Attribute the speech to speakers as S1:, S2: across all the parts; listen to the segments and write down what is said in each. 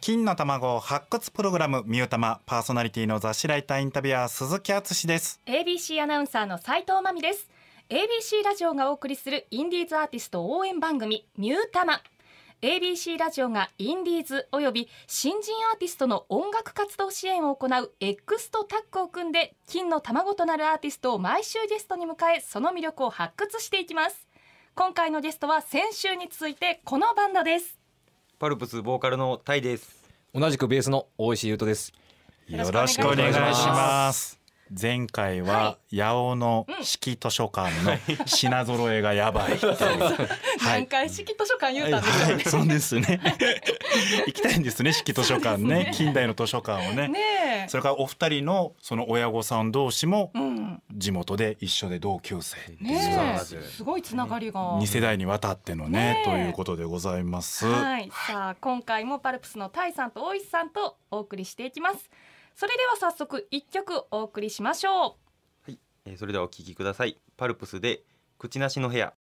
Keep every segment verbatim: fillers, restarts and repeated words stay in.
S1: 金の卵発掘プログラムミュータマ、パーソナリティの雑誌ライターインタビュアー鈴木敦です。
S2: エービーシー アナウンサーの斉藤真美です。 エービーシー ラジオがお送りするインディーズアーティスト応援番組ミュータマ。 エービーシー ラジオがインディーズおよび新人アーティストの音楽活動支援を行う X とタッグを組んで金の卵となるアーティストを毎週ゲストに迎え、その魅力を発掘していきます。今回のゲストは先週に続いてこのバンドです。
S3: パルプスボーカルのタイです。
S4: 同じくベースの大石優斗です。
S1: よろしくお願いします。前回は八尾の式図書館の品揃えがやばいっていう、はい、
S2: 何回式図書館言うたんですよね、
S1: はい、そうですね行きたいんですね、式図書館ね、近代の図書館をね。ね、それからお二人のその親御さん同士も地元で一緒で同級生、
S2: ね、すごいつながりが
S1: に世代にわたっての ね, ねということでございます。
S2: はい、さあ今回もパルプスのタイさんと大石さんとお送りしていきます。それでは早速一曲お送りしましょう。
S3: はい、えー、それではお聴きください。パルプスで口なしの部屋。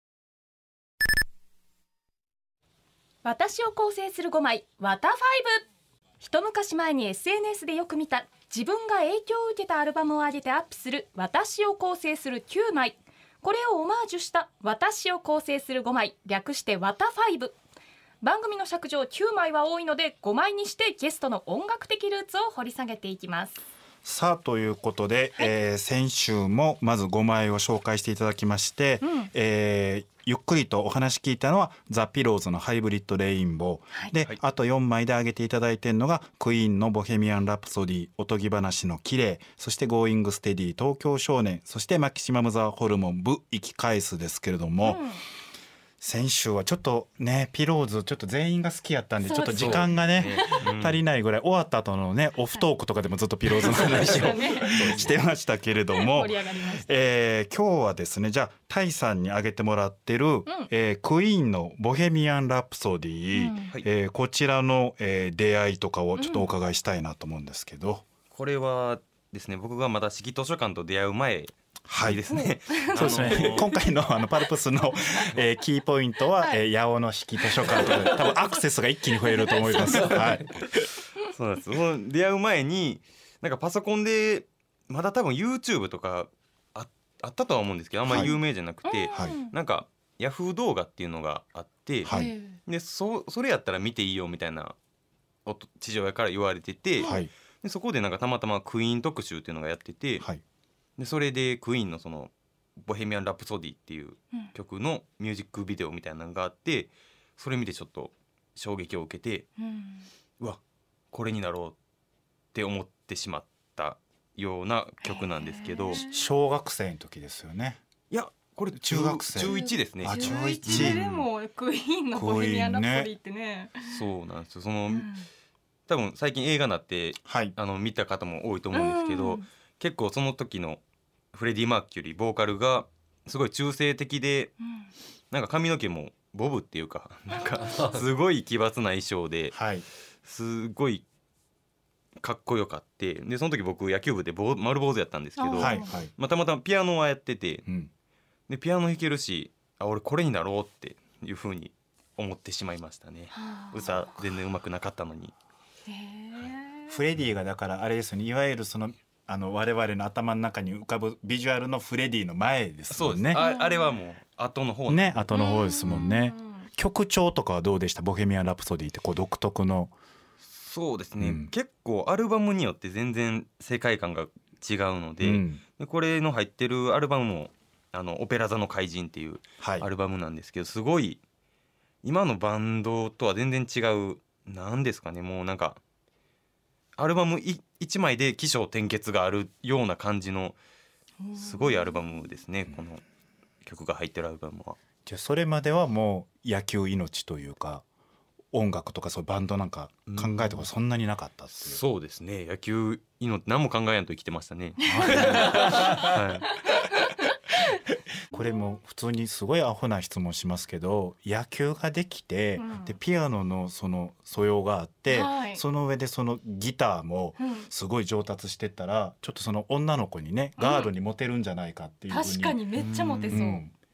S2: 私を構成するごまいワタファイブ。一昔前に エスエヌエス でよく見た自分が影響を受けたアルバムを上げてアップする私を構成するきゅうまい、これをオマージュした私を構成するごまい、略してワタファイブ。番組の尺上きゅうまいは多いのでごまいにしてゲストの音楽的ルーツを掘り下げていきます。
S1: さあということで、はい、えー、先週もまずごまいを紹介していただきまして、うん、えー、ゆっくりとお話聞いたのはザ・ピローズのハイブリッドレインボー、はい、で、はい、あとよんまいで挙げていただいているのがクイーンのボヘミアン・ラプソディ、おとぎ話の綺麗、そしてゴーイング・ステディ、東京少年、そしてマキシマム・ザ・ホルモン、ブ・生き返すですけれども、うん、先週はちょっとねピローズちょっと全員が好きやったんでちょっと時間が ね, ね、うん、足りないぐらい、終わった後のねオフトークとかでもずっとピローズの話をしてましたけれども、えー、今日はですね、じゃあタイさんに挙げてもらってる、うん、えー、クイーンのボヘミアン・ラプソディ、うん、えー、こちらの、えー、出会いとかをちょっとお伺いしたいなと思うんですけど、うん、
S3: これはですね、僕がまだ式図書館と出会う前はいですね。
S1: そうですね。今回 の, あのパルプスの、えー、キーポイントは、はい、えー、八尾の式図書館と多分アクセスが一気に増えると思います。はい。
S3: そうなんです。その出会う前になんかパソコンでまだ多分 YouTube とか あ, あったとは思うんですけど、あんまり有名じゃなくて、はい、なんかヤフー動画っていうのがあって、はい、で そ, それやったら見ていいよみたいな父親から言われてて、はい、でそこでなんかたまたまクイーン特集っていうのがやってて。はい、でそれでクイーンのそのボヘミアン・ラプソディっていう曲のミュージックビデオみたいなのがあって、それ見てちょっと衝撃を受けて、うん、うわこれになろうって思ってしまったような曲なんですけど、
S1: 小学生の時ですよね。
S3: いやこれ 中, 中学生中いちですね。
S1: あ、中いち
S2: でもクイーンのボヘミアン・ラプソディって ね, ね
S3: そうなんですよ。その、うん、多分最近映画になって、はい、あの見た方も多いと思うんですけど、うん、結構その時のフレディ・マーキュリーボーカルがすごい中性的で、うん、なんか髪の毛もボブっていうかなんかすごい奇抜な衣装で、はい、すごいかっこよかって、でその時僕野球部で丸坊主やったんですけど、はい、まあ、たまたまピアノはやってて、うん、でピアノ弾けるし、あ俺これになろうっていう風に思ってしまいましたね。歌全然上手くなかったのに。
S1: へフレディがだからあれですよね、いわゆるそのあの我々の頭の中に浮かぶビジュアルのフレディの前ですもんね。
S3: そうです。 あ, あれはもう後の方
S1: ね、後の方ですもんね。曲調とかはどうでした？ボヘミアン・ラプソディってこう独特の。
S3: そうですね、うん、結構アルバムによって全然世界観が違うの で,、うん、でこれの入ってるアルバムもあのオペラ座の怪人っていうアルバムなんですけど、はい、すごい今のバンドとは全然違う、なんですかね、もうなんかアルバムいちまいで起承転結があるような感じのすごいアルバムですね、この曲が入ってるアルバムは。
S1: じゃあそれまではもう野球命というか音楽とかそういうバンドなんか考えとかそんなになかったっていう、うん、
S3: そうですね、野球命何も考えやんと生きてましたね。はい、
S1: これも普通にすごいアホな質問しますけど、野球ができて、うん、でピアノのその素養があって、はい、その上でそのギターもすごい上達してったら、うん、ちょっとその女の子にねガールにモテるんじゃないかっていう風に、
S2: 確かにめっちゃモテそう、うん、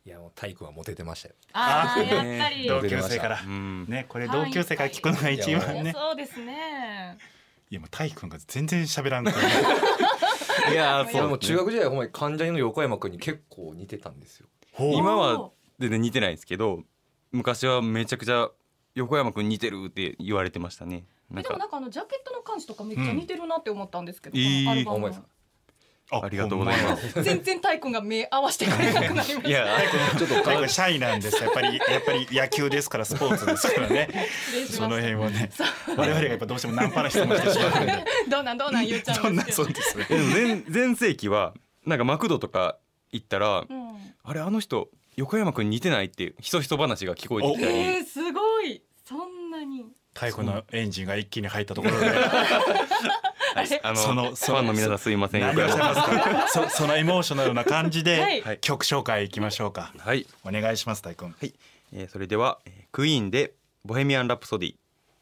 S4: いやもう体育はモテてましたよ。
S2: ああやっぱり
S1: 同級生から
S3: うん
S1: ね、これ同級生から聞くのが一番ね。
S2: そうですね。
S1: いやもうタイ君が全然喋らんからね。
S3: いやー
S4: いやもう中
S3: そう
S4: 学時代はほんまに関ジャニの横山君に結構似てたんですよ。
S1: ほう
S3: 今は全然似てないですけど、昔はめちゃくちゃ横山くん似てるって言われてましたね。なんか
S2: えでもなんかあのジャケットの感じとかめっちゃ似てるなって思ったんですけど、
S3: うん
S2: このアルバムの
S4: いい
S1: あ
S3: ありがとうございます
S1: す。
S2: 全然タイ君が目合わせてくれなくなりました。
S3: いや
S1: ちょっとタイ君シャイなんです。やっぱりやっぱり野球ですからスポーツですからね。
S2: 失礼しました
S1: その辺はね
S2: そう
S1: 我々がやっぱどうしてもナンパな質問してしまうんで。
S2: どうなんどうなん言っちゃ
S1: そな
S2: うんんですけど。
S1: そうですね。
S3: でも前前世紀はなんかマクドとか行ったら、
S2: うん
S3: あれあの人横山くん似てないってひそひそ話が聞こえてきたり、
S2: えー、すごいそんなに。
S1: タイ君のエンジンが一気に入ったところで。
S2: あれ
S3: あの
S1: その
S3: ファンの皆さんすいません。
S1: 何をおっしゃいますか。そそのエモーショナルな感じで
S2: はい
S1: 曲紹介いきましょうか。
S3: はい、
S1: お願いしますタイ君。
S3: はいえー、それでは、えークイーンでボヘミアン・ラプソディ。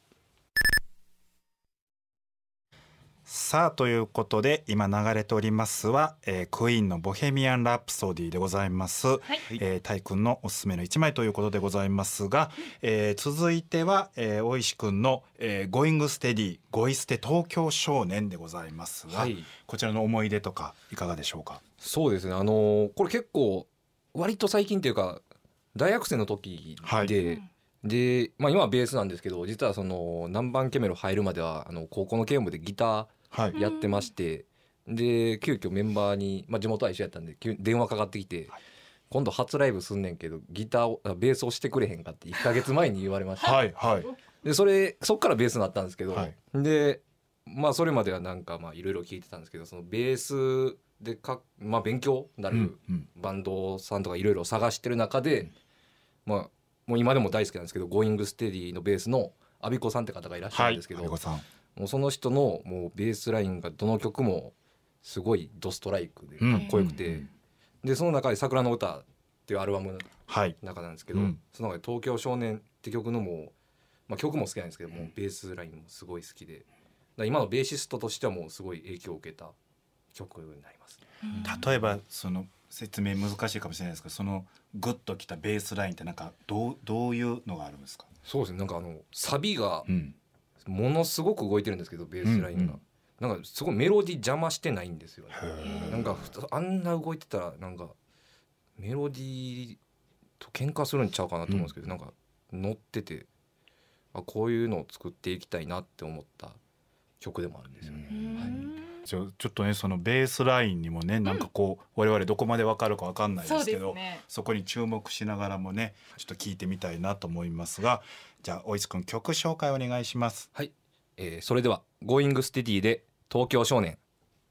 S1: さあということで今流れておりますは、えー、クイーンのボヘミアン・ラプソディでございます、
S2: はい
S1: えー、タイ君のおすすめのいちまいということでございますが、えー、続いては、えー、大石君の、えー、ゴイングステディゴイステ東京少年でございますが、
S4: はい
S1: こちらの思い出とかいかがでしょうか。
S4: そうですね。あのーこれ結構割と最近っていうか大学生の時で、
S1: はい
S4: で、まあ、今はベースなんですけど実はその南蛮ケメロ入るまではあの高校の軽音部でギタ
S1: はい
S4: ーやってまして、で急遽メンバーに、まあ、地元は一緒やったんで急に電話かかってきて、今度初ライブすんねんけどギターをあベースをしてくれへんかっていっかげつまえに言われました。
S1: はいはい
S4: でそれそっからベースになったんですけど、
S1: はい
S4: でまあそれまではなんかまあいろいろ聞いてたんですけど、そのベースでか、まあ、勉強にな
S1: うん
S4: る
S1: うん
S4: バンドさんとかいろいろ探してる中で、まあもう今でも大好きなんですけどゴーイングステディのベースのアビコさんって方がいらっしゃ
S1: はい
S4: るんですけど、
S1: 阿部子さん
S4: もうその人のもうベースラインがどの曲もすごいドストライクでかっこよくて、
S1: うん
S4: でその中で「桜の歌」っていうアルバムの
S1: はい
S4: 中なんですけど、
S1: うん
S4: その中で「東京少年」って曲のもう、まあ、曲も好きなんですけども、ベースラインもすごい好きで、だから今のベーシストとしてはもうすごい影響を受けた曲になります。
S1: 例えばその説明難しいかもしれないですけど、そのグッときたベースラインってなんかどうどういうのがあるんですか。
S4: そうですね。なんかあのサビが
S1: うん
S4: ものすごく動いてるんですけどベースラインが、
S1: うんうん
S4: なんかすごいメロディ邪魔してないんですよね。
S1: へー
S4: なんかふつあんな動いてたらなんかメロディーと喧嘩するんちゃうかなと思うんですけど、なんか乗ってて、あこういうのを作っていきたいなって思った曲でもあるんですよね。
S1: ちょちょっとねそのベースラインにもねなんかこう、我々どこまでわかるかわかんないですけど、
S2: そうですね。
S1: そこに注目しながらもねちょっと聞いてみたいなと思いますが、じゃあおいつくん曲紹介お願いします。
S4: はい、えーそれでは「ゴーイングステディで東京少年」。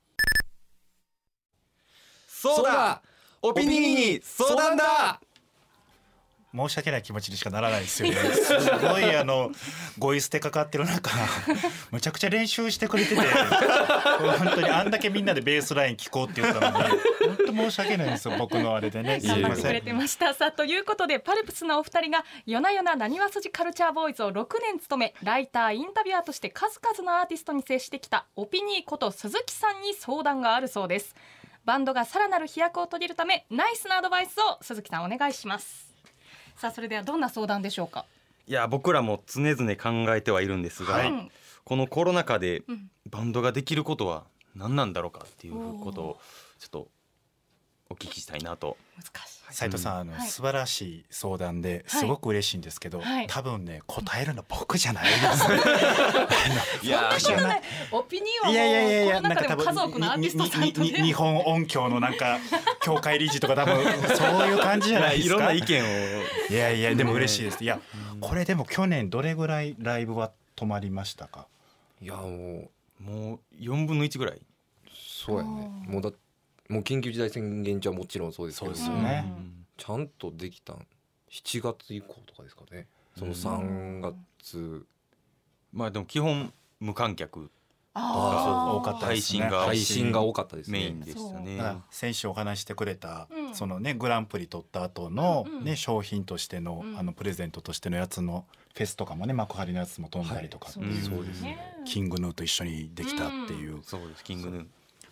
S3: そうだオピニーに相談だ。
S1: 申し訳ない気持ちにしかならないですよね。すごいあのゴイ捨てかかってる中むちゃくちゃ練習してくれてて本当にあんだけみんなでベースライン聞こうって言ったのに本当申し訳ないんですよ僕のあれでね。すいません
S2: 頑張ってくれてました。さあということでパルプスのお二人が夜な夜ななにわ筋カルチャーボーイズをろくねん務めライターインタビュアーとして数々のアーティストに接してきたオピニーこと鈴木さんに相談があるそうです。バンドがさらなる飛躍を遂げるためナイスなアドバイスを鈴木さんお願いします。さあそれではどんな相談でしょうか。
S3: いや僕らも常々考えてはいるんですが、
S1: はい
S2: うん
S3: このコロナ禍で
S2: うん
S3: バンドができることは何なんだろうかっていうことをちょっとお聞きしたいなと。
S2: 難しい。
S1: 斉藤さん、あの、
S2: はい
S1: 素晴らしい相談ですごく嬉しいんですけど、
S2: はい
S1: 多分ね答えるの僕じゃないですね。
S3: いや
S1: 僕じゃない
S2: オピニーは
S1: いやいやいやいや
S2: もうこの中でも数多くのアーティストさんと
S1: ににに日
S2: ね。
S1: 本音響のなんか協会理事とか多分そういう感じじゃないですか。
S3: いろんな意見を
S1: いやいやでも嬉しいです。いやこれでも去年どれぐらいライブは止まりましたか。
S4: いやもう
S3: もうよんぶんのいちぐらい。
S4: そうやね。もうだもう緊急事態宣言中はもちろんそうですけど、
S1: そうですよね
S3: うん
S4: ちゃんとできたんしちがつ以降とかですかね。そのさんがつ、
S3: まあでも基本無観客
S2: あー
S1: 多かったですね。
S3: 配信が
S4: 配信が多かったですね。
S3: メインでしたね。
S1: だから先週お話してくれた、
S2: うん
S1: そのねグランプリ取った後の、
S2: うんうん
S1: ね商品としての、
S2: うん
S1: あのプレゼントとしてのやつのフェスとかもね幕張のやつも飛んだりとかっていう、
S3: はい
S2: そう
S3: です
S2: ね。
S1: キングヌーと一緒にできたっていう、
S3: そうですキングヌー。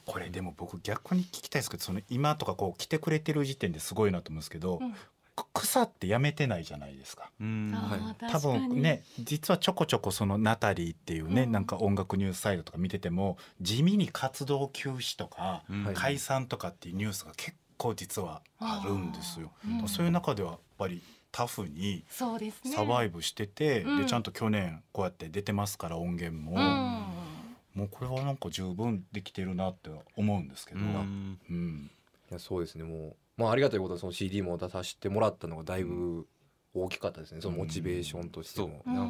S1: これでも僕逆に聞きたいですけど、その今とかこう来てくれてる時点ですごいなと思うんですけど、うん、草ってやめてないじゃないですか。うん、はい、多分ね実はちょこちょこそのナタリーっていうね、うん、なんか音楽ニュースサイトとか見てても地味に活動休止とか、うん、解散とかっていうニュースが結構実はあるんですよ。うん、そういう中ではやっぱりタフにサバイブしてて、で、ね、でちゃんと去年こうやって出てますから音源も、うん、もうこれはなんか十分できてるなって思うんですけど、うん
S4: うん、いやそうですね。もう、まあ、ありがたいことはその シーディー も出させてもらったのがだいぶ大きかったですね、そのモチベーションとしても、うんうん、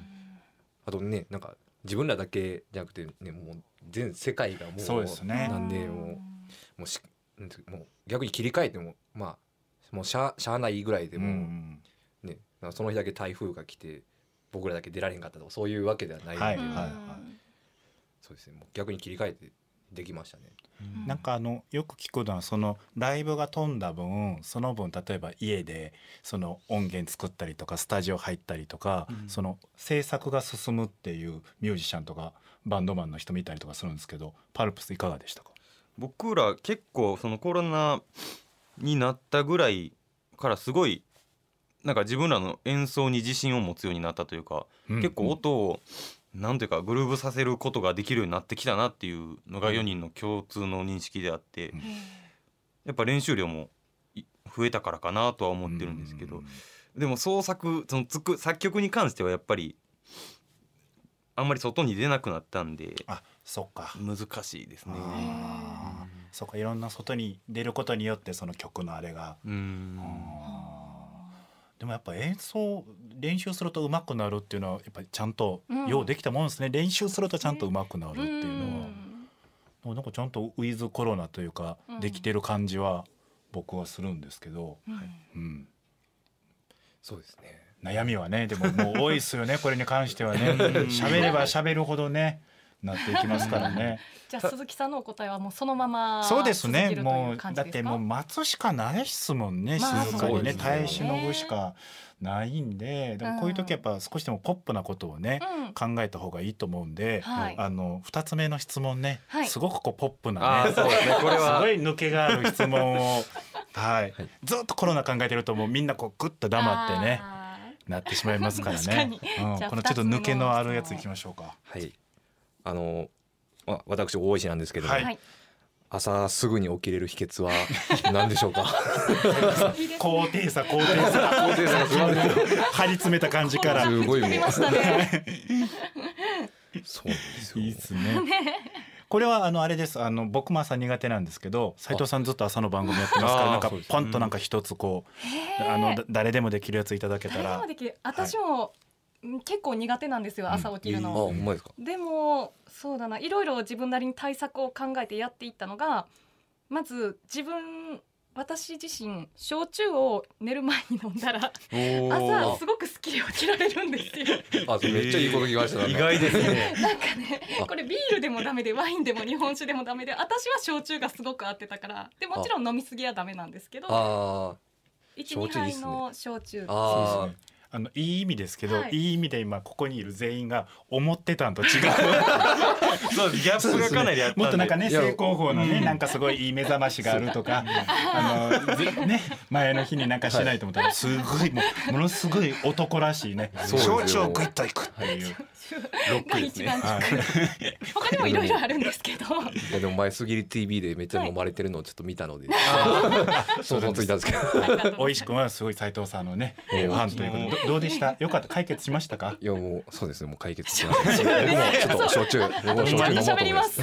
S4: あとねなんか自分らだけじゃなくて、ね、もう全世界がもう
S1: そうですね、
S4: なんでもうもうしもう逆に切り替えてもまあもうしゃ、しゃあないぐらいでも、うんね、その日だけ台風が来て僕らだけ出られへんかったとかそういうわけではないので、はいはいはい、そうですね、もう逆に切り替えてできましたね。
S1: うん、なんかあのよく聞くのはそのライブが飛んだ分その分例えば家でその音源作ったりとかスタジオ入ったりとか、うん、その制作が進むっていうミュージシャンとかバンドマンの人見たりとかするんですけど、パルプスいかがでしたか？
S3: 僕ら結構そのコロナになったぐらいからすごいなんか自分らの演奏に自信を持つようになったというか、うん、結構音をなんていうかグルーヴさせることができるようになってきたなっていうのがよにんの共通の認識であって、うん、やっぱ練習量も増えたからかなとは思ってるんですけど、うん、でも創作そのつく作曲に関してはやっぱりあんまり外に出なくなったんで、
S1: あ、そっか、
S3: 難しいですね。
S1: あ、そっか、いろんな外に出ることによってその曲のあれが、うん、でもやっぱ演奏練習すると上手くなるっていうのはやっぱりちゃんとようできたもんですね、うん、練習するとちゃんと上手くなるっていうのは、うん、なんかちゃんとウィズコロナというか、うん、できてる感じは僕はするんですけど、うんうん、
S4: そうですね、
S1: 悩みはねでももう多いですよねこれに関してはね、喋れば喋るほどねなっていきますからね。
S2: じゃあ鈴木さんのお答えはもうそのまま
S1: そうですね、もうだってもう待つしかないっすもんね、まあ、静かにね耐え忍ぶしかないんで、でもこういう時やっぱ少しでもポップなことをね、うん、考えた方がいいと思うんで、はい、あのふたつめの質問ね、はい、すごくこうポップなね、そうですね、これはすごい抜けがある質問をはい、ずっとコロナ考えてるともうみんなこうグッと黙ってねなってしまいますからね、うん、このちょっと抜けのあるやついきましょうか。
S4: はい、あのまあ、私大石なんですけども、はい、朝すぐに起きれる秘訣は何でしょうか？
S1: 高低差高低差高低差がすごい張り詰めた感じから
S4: すごいもう
S2: そうなん
S4: ですよ。
S1: いいですね。これはあのあれです、あの僕も朝苦手なんですけど斉藤さんずっと朝の番組やってますから、なんかポンとなんか一つこうあの誰でもできるやついただけたら。誰でもできる、
S2: 私も、はい、結構苦手なんですよ、朝起きるの、
S4: うん、あ、
S2: でもそうだな、いろいろ自分なりに対策を考えてやっていったのが、まず自分私自身焼酎を寝る前に飲んだら朝すごくすっきり起きられるんですよ。
S4: あ、めっちゃいいこと聞きましたね。
S3: 意外ですね。
S2: なんかね、これビールでもダメでワインでも日本酒でもダメで、私は焼酎がすごく合ってたから、でもちろん飲みすぎはダメなんですけど、あいち、にはいの焼酎。
S1: ああのいい意味ですけど、はい、いい意味で今ここにいる全員が思ってたんと違う
S3: そうギャップがかなりあったんで、
S1: もっとなんかね正攻法のね、なんかすごいいい目覚ましがあるとかあのね前の日になんかしないと思ったらすごいもうものすごい男らしいね、焼酎をグッといくっていう
S2: ロックですね。他にもいろいろあるんですけど、
S4: いやでも前すぎり ティービー でめっちゃ飲まれてるのをちょっと見たので想像ついたんですけど、
S1: おいしくんはすごい斉藤さんのねファンということでどうでした？よかった、解決しましたか？
S4: いやもうそうですね、もう解決しました。僕もちょっと焼酎僕も焼酎飲もうと思います。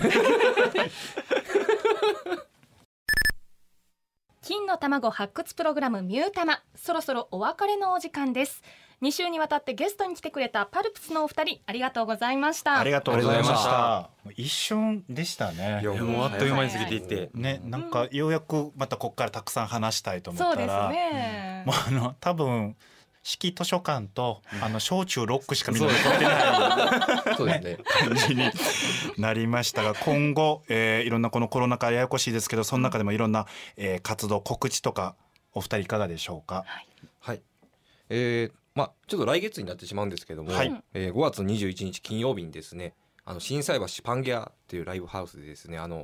S2: 金の卵発掘プログラムミュータマ、そろそろお別れのお時間です。に週にわたってゲストに来てくれたパルプスのお二人、ありがとうございました。
S1: ありがとうございました。一瞬でしたね。
S3: いやもうあっという間に過ぎていって
S1: ね、なんかようやくまたここからたくさん話したいと思ったら、
S2: そうですね、
S1: もうあの多分四季図書館とあの小中ロックしかみんな残ってない
S4: そうですね
S1: 感じになりましたが、今後、えー、いろんなこのコロナ禍ややこしいですけど、その中でもいろんな、えー、活動告知とかお二人いかがでしょうか？
S4: はい、はい、えーまあ、ちょっと来月になってしまうんですけども、はい、えー、ごがつにじゅういちにち金曜日にですね、あの心斎橋パンゲアっていうライブハウスでですね、あの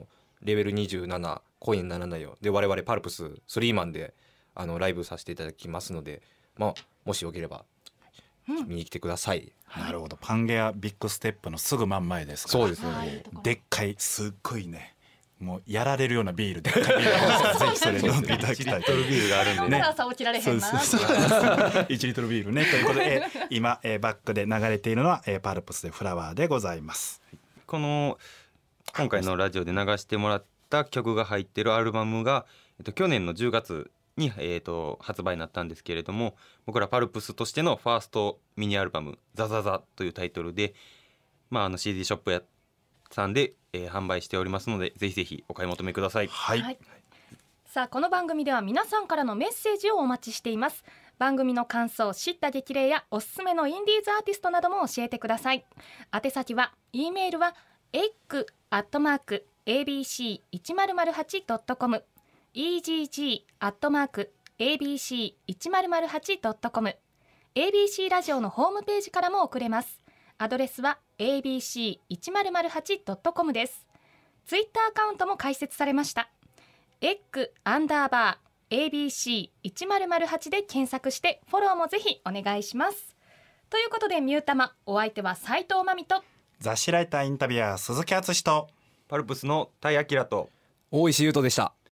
S4: レベルにじゅうななコインなななよで我々パルプススリーマンであのライブさせていただきますので、まあ、もしよければ見に来てください、
S1: うん、なるほど。パンゲアビッグステップのすぐ真ん前ですから。
S4: そうですね、
S1: でっかいすっごいねもうやられるようなビールでっかいビールぜひそれ飲んでいただきたい。いちリットルビールがあるんでね。
S2: 朝起きられへんな。
S1: いちリットルビールねということで、えー、今、えー、バックで流れているのは、えー、パルプスでフラワーでございます。
S3: この今回のラジオで流してもらった曲が入ってるアルバムが、えっと、去年のじゅうがつに、えー、と発売になったんですけれども、僕らパルプスとしてのファーストミニアルバムザザザというタイトルで、まあ、あの シーディー ショップやさんで、えー、販売しておりますので、ぜひぜひお買い求めください。
S1: はい、
S2: はい、さあこの番組では皆さんからのメッセージをお待ちしています。番組の感想、知った激励やおすすめのインディーズアーティストなども教えてください。宛先は E メールは エッグ アットマーク エービーシーいちまるまるはち ドットコム イージージー アットマーク エービーシーいちまるまるはち ドットコム エービーシー ラジオのホームページからも送れます。アドレスは エービーシーいちまるまるはち ドットコム です。ツイッターアカウントも開設されました。エッグアンダーバー エービーシーいちまるまるはち で検索してフォローもぜひお願いします。ということでミュータマ、お相手は斉藤真美と
S1: 雑誌ライターインタビュアー鈴木敦と
S3: パルプスの田井明と
S4: 大石優斗でした。